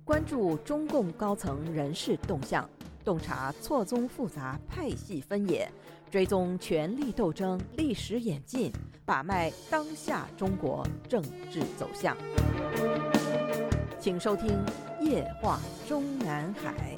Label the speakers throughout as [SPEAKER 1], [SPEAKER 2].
[SPEAKER 1] 关注中共高层人事动向，洞察错综复杂派系分野，追踪权力斗争历史演进，把脉当下中国政治走向。请收听《夜话中南海》。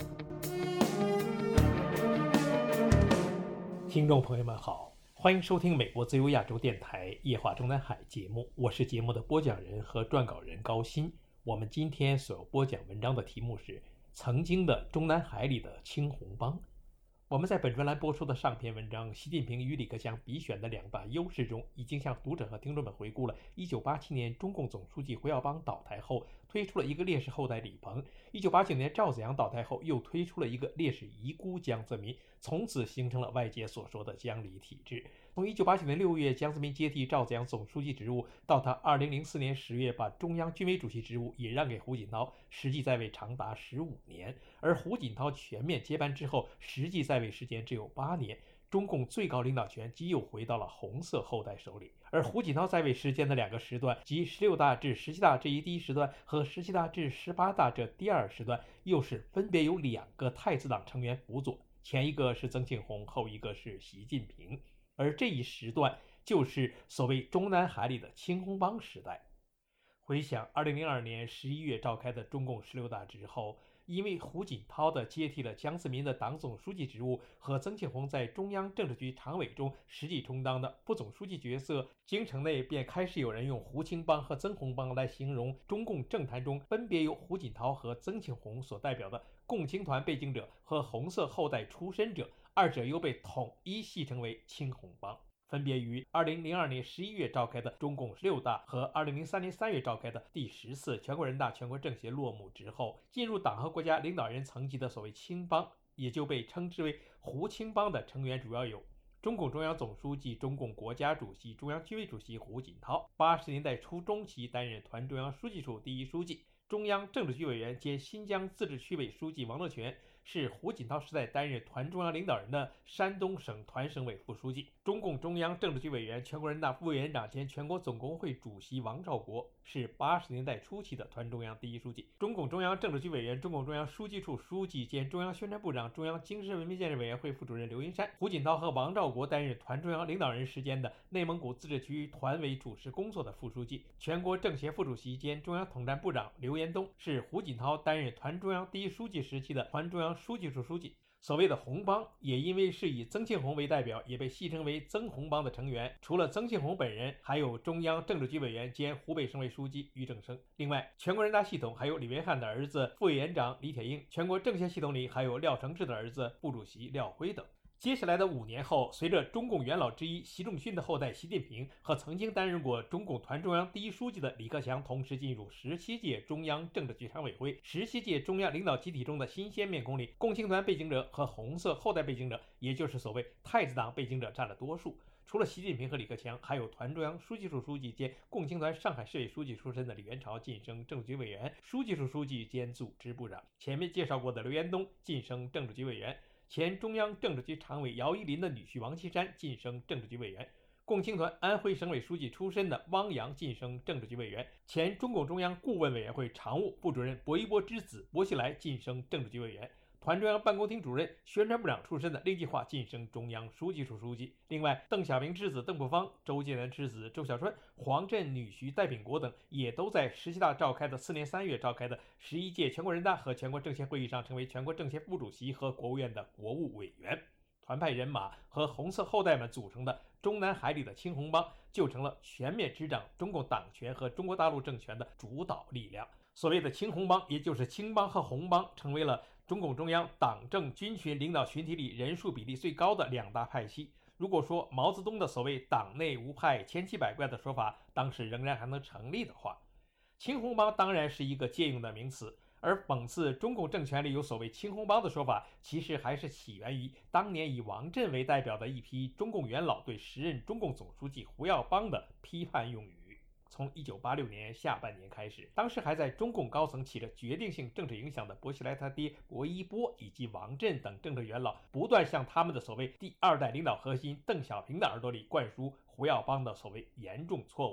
[SPEAKER 2] 听众朋友们好，欢迎收听美国自由亚洲电台《夜话中南海》节目，我是节目的播讲人和撰稿人高鑫。我们今天所播讲文章的题目是曾经的中南海里的青红帮。我们在本专栏播出的上篇文章《习近平与李克强比选的两大优势》中，已经向读者和听众们回顾了1987年中共总书记胡耀邦倒台后推出了一个烈士后代李鹏，1989年赵紫阳倒台后又推出了一个烈士遗孤江泽民，从此形成了外界所说的江李体制。从1989年6月江泽民接替赵紫阳总书记职务，到他2004年10月把中央军委主席职务也让给胡锦涛，实际在位长达15年，而胡锦涛全面接班之后，实际在位时间只有8年，中共最高领导权即又回到了红色后代手里。而胡锦涛在位时间的两个时段，即16大至17大这一第一时段和17大至18大这第二时段，又是分别由2个太子党成员辅佐，前一个是曾庆红，后一个是习近平。而这一时段就是所谓中南海里的青红帮时代。回想2002年11月召开的中共16大之后，因为胡锦涛的接替了江泽民的党总书记职务和曾庆红在中央政治局常委中实际充当的副总书记角色，京城内便开始有人用胡青帮和曾红帮来形容中共政坛中分别由胡锦涛和曾庆红所代表的共青团背景者和红色后代出身者，二者又被统一戏称为青红帮。分别于2002年11月召开的中共16大和2003年3月召开的第10次全国人大全国政协落幕之后，进入党和国家领导人层级的所谓青帮，也就被称之为胡青帮的成员主要有中共中央总书记、中共国家主席、中央军委主席胡锦涛，80年代初中期担任团中央书记处第一书记，中央政治局委员兼新疆自治区委书记王乐泉是胡锦涛时代担任团中央领导人的山东省团省委副书记，中共中央政治局委员、全国人大副委员长兼全国总工会主席王兆国是80年代初期的团中央第一书记，中共中央政治局委员、中共中央书记处书记兼中央宣传部长、中央精神文明建设委员会副主任刘云山。胡锦涛和王兆国担任团中央领导人时间的内蒙古自治区团委主持工作的副书记，全国政协副主席兼中央统战部长刘延东是胡锦涛担任团中央第一书记时期的团中央书记处书记。所谓的红帮也因为是以曾庆红为代表，也被戏称为曾红帮的成员，除了曾庆红本人，还有中央政治局委员兼湖北省委书记俞正声。另外，全国人大系统还有李元汉的儿子副委员长李铁英，全国政协系统里还有廖承志的儿子副主席廖辉等。接下来的5年后，随着中共元老之一习仲勋的后代习近平和曾经担任过中共团中央第一书记的李克强同时进入17届中央政治局常委会，17届中央领导集体中的新鲜面孔里，共青团背景者和红色后代背景者，也就是所谓太子党背景者占了多数。除了习近平和李克强，还有团中央书记处书记兼共青团上海市委书记出身的李元朝晋升政治局委员、书记处书记兼组织部长。前面介绍过的刘延东晋升政治局委员，前中央政治局常委姚依林的女婿王岐山晋升政治局委员，共青团安徽省委书记出身的汪洋晋升政治局委员，前中共中央顾问委员会常务副主任薄一波之子薄熙来晋升政治局委员，团中央办公厅主任、宣传部长出身的令计划晋升中央书记处书记。另外，邓小平之子邓朴方、周建南之子周小川、黄镇女婿戴秉国等也都在17大召开的4年3月召开的11届全国人大和全国政协会议上成为全国政协副主席和国务院的国务委员。团派人马和红色后代们组成的中南海里的青红帮，就成了全面执掌中共党权和中国大陆政权的主导力量。所谓的青红帮，也就是青帮和红帮，成为了中共中央党政军群领导群体里人数比例最高的2大派系。如果说毛泽东的所谓党内无派千奇百怪的说法当时仍然还能成立的话，青红帮当然是一个借用的名词，而讽刺中共政权里有所谓青红帮的说法，其实还是起源于当年以王震为代表的一批中共元老对时任中共总书记胡耀邦的批判用语。从1986年下半年开始，当时还在中共高层起着决定性政治影响的薄熙来他爹薄一波以及王震等政治元老，不断向他们的所谓第2代领导核心邓小平的耳朵里灌输胡耀邦的所谓严重错误。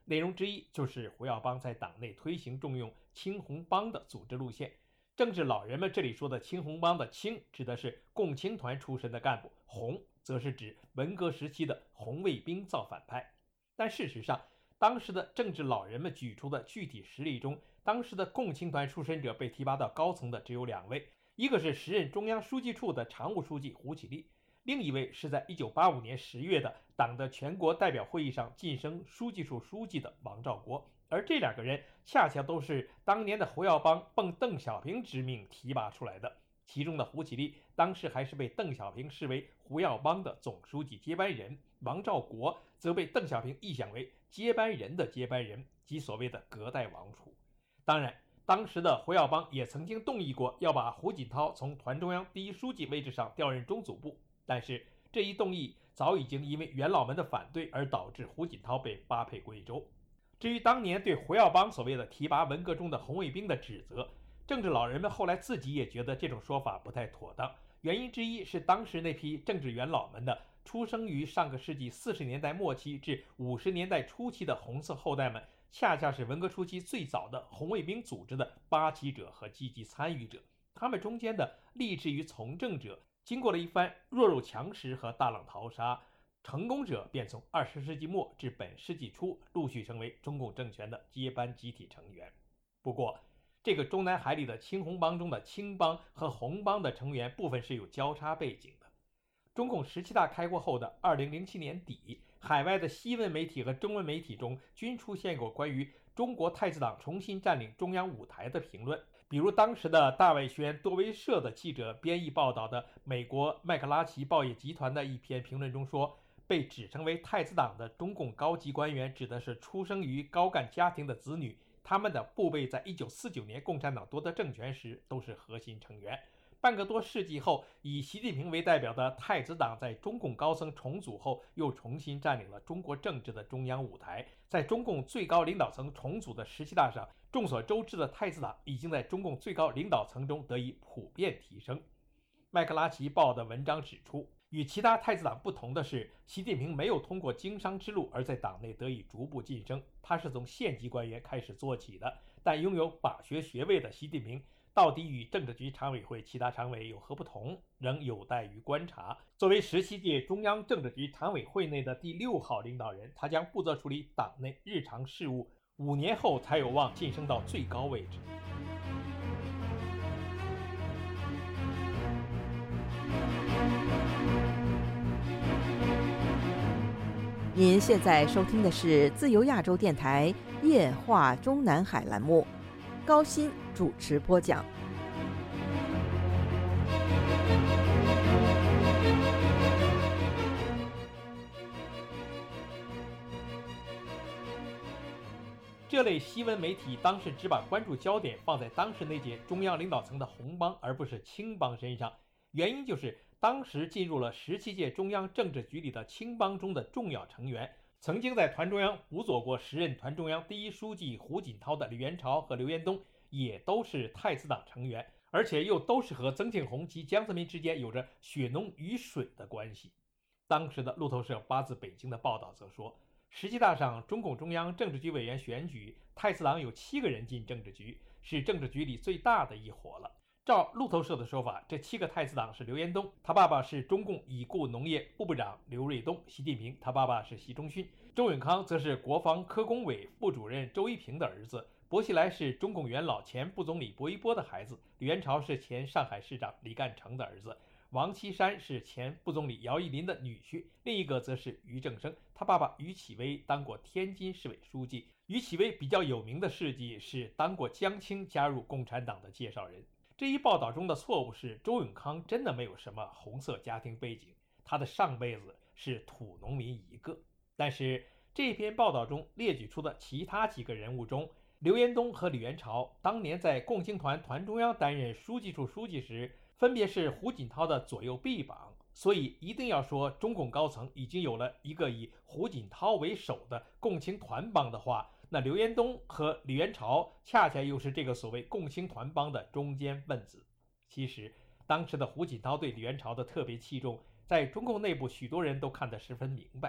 [SPEAKER 2] 内容之一就是胡耀邦在党内推行重用青红帮的组织路线。政治老人们这里说的青红帮的青指的是共青团出身的干部，红则是指文革时期的红卫兵造反派。但事实上，当时的政治老人们举出的具体实例中，当时的共青团出身者被提拔到高层的只有2位，一个是时任中央书记处的常务书记胡启立，另一位是在1985年10月的党的全国代表会议上晋升书记处书记的王兆国。而这2个人恰恰都是当年的胡耀邦奉邓小平之命提拔出来的。其中的胡启立当时还是被邓小平视为胡耀邦的总书记接班人，王兆国则被邓小平臆想为接班人的接班人，即所谓的隔代王储。当然，当时的胡耀邦也曾经动议过要把胡锦涛从团中央第1书记位置上调任中组部，但是这一动议早已经因为元老们的反对而导致胡锦涛被发配贵州。至于当年对胡耀邦所谓的提拔文革中的红卫兵的指责，政治老人们后来自己也觉得这种说法不太妥当。原因之一是当时那批政治元老们的出生于上个世纪40年代末期至50年代初期的红色后代们，恰恰是文革初期最早的红卫兵组织的发起者和积极参与者。他们中间的立志于从政者，经过了一番弱肉强食和大浪淘沙，成功者便从20世纪末至本世纪初陆续成为中共政权的接班集体成员。不过，这个中南海里的青红帮中的青帮和红帮的成员部分是有交叉背景的。中共17大开过后的2007年底，海外的西文媒体和中文媒体中均出现过关于中国太子党重新占领中央舞台的评论。比如当时的大外宣多维社的记者编译报道的美国麦克拉奇报业集团的一篇评论中说，被指称为太子党的中共高级官员指的是出生于高干家庭的子女，他们的父辈在1949年共产党夺得政权时都是核心成员。半个多世纪后，以习近平为代表的太子党在中共高层重组后，又重新占领了中国政治的中央舞台。在中共最高领导层重组的17大上，众所周知的太子党已经在中共最高领导层中得以普遍提升。麦克拉奇报的文章指出，与其他太子党不同的是，习近平没有通过经商之路而在党内得以逐步晋升，他是从县级官员开始做起的。但拥有法学学位的习近平到底与政治局常委会其他常委有何不同，仍有待于观察。作为17届中央政治局常委会内的第6号领导人，他将负责处理党内日常事务，5年后才有望晋升到最高位置。
[SPEAKER 1] 您现在收听的是自由亚洲电台夜话中南海栏目，高鑫主持播讲。
[SPEAKER 2] 这类西文媒体当时只把关注焦点放在当时那届中央领导层的红帮而不是青帮身上，原因就是当时进入了17届中央政治局里的青帮中的重要成员，曾经在团中央辅佐过时任团中央第1书记胡锦涛的李元朝和刘延东也都是太子党成员，而且又都是和曾庆红及江泽民之间有着血浓于水的关系。当时的路透社发自北京的报道则说，17大上中共中央政治局委员选举，太子党有7个人进政治局，是政治局里最大的一伙了。照路透社的说法，这7个太子党是刘延东，他爸爸是中共已故农业部部长刘瑞东；习近平，他爸爸是习仲勋；周永康则是国防科工委副主任周一平的儿子；薄熙来是中共元老前副总理薄一波的孩子；李元朝是前上海市长李干成的儿子；王岐山是前副总理姚依林的女婿，另一个则是俞正声，他爸爸俞启威当过天津市委书记。俞启威比较有名的事迹是当过江青加入共产党的介绍人。这一报道中的错误是，周永康真的没有什么红色家庭背景，他的上辈子是土农民一个。但是这篇报道中列举出的其他几个人物中，刘延东和李元朝当年在共青团团中央担任书记处书记时，分别是胡锦涛的左右臂膀，所以一定要说中共高层已经有了一个以胡锦涛为首的共青团帮的话，那刘延东和李元朝恰恰又是这个所谓共青团帮的中间分子。其实当时的胡锦涛对李元朝的特别器重，在中共内部许多人都看得十分明白，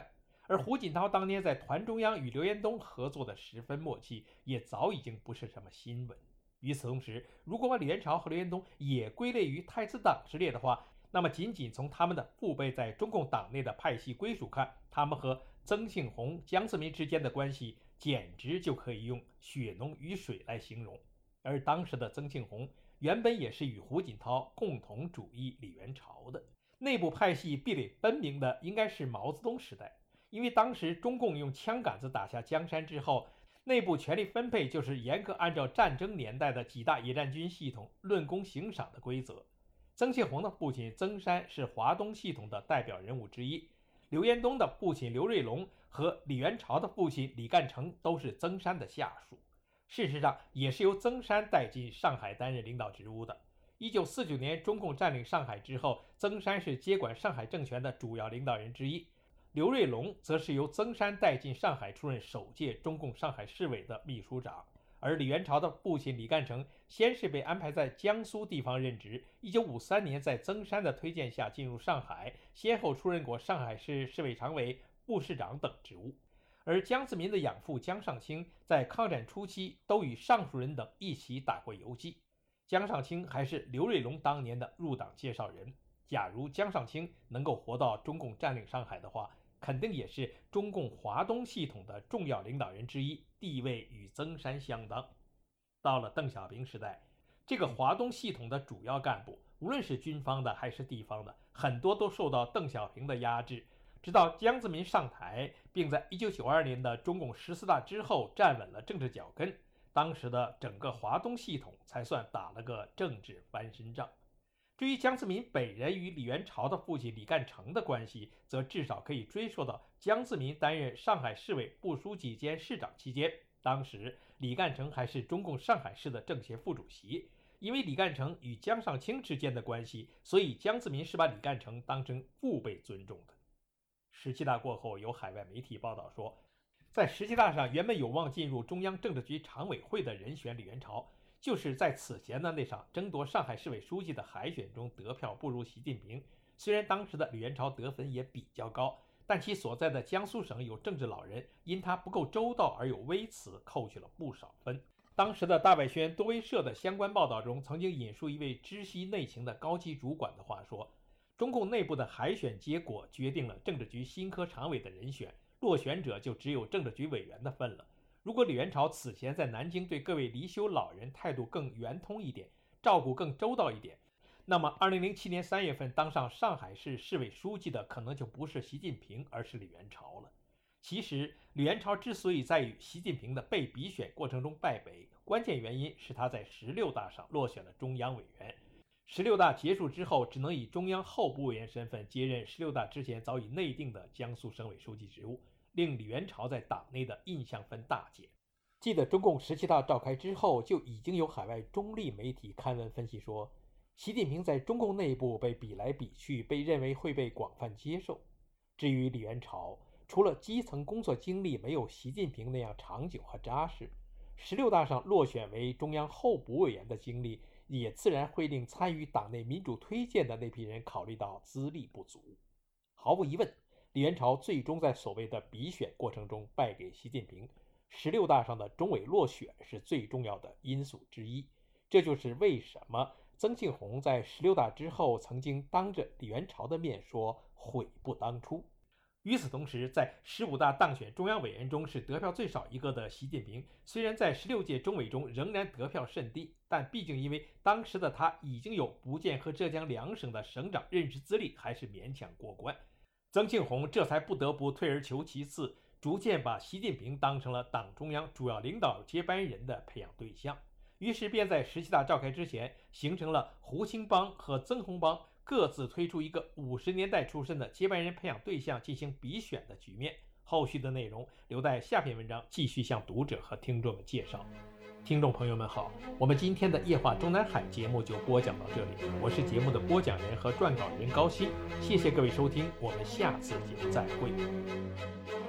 [SPEAKER 2] 而胡锦涛当年在团中央与刘延东合作的十分默契，也早已经不是什么新闻。与此同时，如果把李元朝和刘延东也归类于太子党之列的话，那么仅仅从他们的父辈在中共党内的派系归属看，他们和曾庆红、江泽民之间的关系简直就可以用血浓于水来形容。而当时的曾庆红原本也是与胡锦涛共同主义李元朝的，内部派系壁垒分明的应该是毛泽东时代，因为当时中共用枪杆子打下江山之后，内部权力分配就是严格按照战争年代的几大野战军系统论功行赏的规则。曾庆红的父亲曾山是华东系统的代表人物之一，刘延东的父亲刘瑞龙和李元朝的父亲李干成都是曾山的下属，事实上也是由曾山带进上海担任领导职务的。1949年中共占领上海之后，曾山是接管上海政权的主要领导人之一，刘瑞龙则是由曾山带进上海出任首届中共上海市委的秘书长。而李元朝的父亲李干成先是被安排在江苏地方任职，1953年在曾山的推荐下进入上海，先后出任过上海市市委常委、副市长等职务。而江泽民的养父江上清在抗战初期都与上述人等一起打过游击，江上清还是刘瑞龙当年的入党介绍人。假如江上清能够活到中共占领上海的话，肯定也是中共华东系统的重要领导人之一，地位与曾山相当。到了邓小平时代，这个华东系统的主要干部，无论是军方的还是地方的，很多都受到邓小平的压制，直到江泽民上台，并在1992年的中共14大之后站稳了政治脚跟，当时的整个华东系统才算打了个政治翻身仗。至于江泽民本人与李元朝的父亲李干成的关系，则至少可以追溯到江泽民担任上海市委副书记兼市长期间，当时李干成还是中共上海市的政协副主席。因为李干成与江上清之间的关系，所以江泽民是把李干成当成父辈尊重的。17大过后，有海外媒体报道说，在17大上原本有望进入中央政治局常委会的人选李元朝，就是在此前的那场争夺上海市委书记的海选中得票不如习近平。虽然当时的李元朝得分也比较高，但其所在的江苏省有政治老人因他不够周到而有微词，扣去了不少分。当时的大外宣多维社的相关报道中曾经引述一位知悉内情的高级主管的话说，中共内部的海选结果决定了政治局新科常委的人选，落选者就只有政治局委员的份了。如果李元朝此前在南京对各位离休老人态度更圆通一点，照顾更周到一点，那么2007年3月份当上上海市市委书记的可能就不是习近平，而是李元朝了。其实李元朝之所以在与习近平的被比选过程中败北，关键原因是他在16大上落选了中央委员。16大结束之后，只能以中央候补委员身份接任16大之前早已内定的江苏省委书记职务，令李元朝在党内的印象分大减。记得中共17大召开之后，就已经有海外中立媒体刊文分析说，习近平在中共内部被比来比去，被认为会被广泛接受。至于李元朝，除了基层工作经历没有习近平那样长久和扎实，16大上落选为中央候补委员的经历，也自然会令参与党内民主推荐的那批人考虑到资历不足。毫无疑问，李元朝最终在所谓的比选过程中败给习近平，16大上的中委落选是最重要的因素之一。这就是为什么曾庆红在16大之后曾经当着李元朝的面说悔不当初。与此同时，在15大当选中央委员中是得票最少一个的习近平，虽然在16届中委中仍然得票甚低，但毕竟因为当时的他已经有福建和浙江2省的省长任职资历，还是勉强过关。曾庆红这才不得不退而求其次，逐渐把习近平当成了党中央主要领导接班人的培养对象，于是便在17大召开之前，形成了胡青帮和曾洪帮各自推出一个50年代出身的接班人培养对象进行比选的局面。后续的内容留待下篇文章继续向读者和听众们介绍。听众朋友们好，我们今天的夜话中南海节目就播讲到这里，我是节目的播讲人和撰稿人高鑫，谢谢各位收听，我们下次节目再会。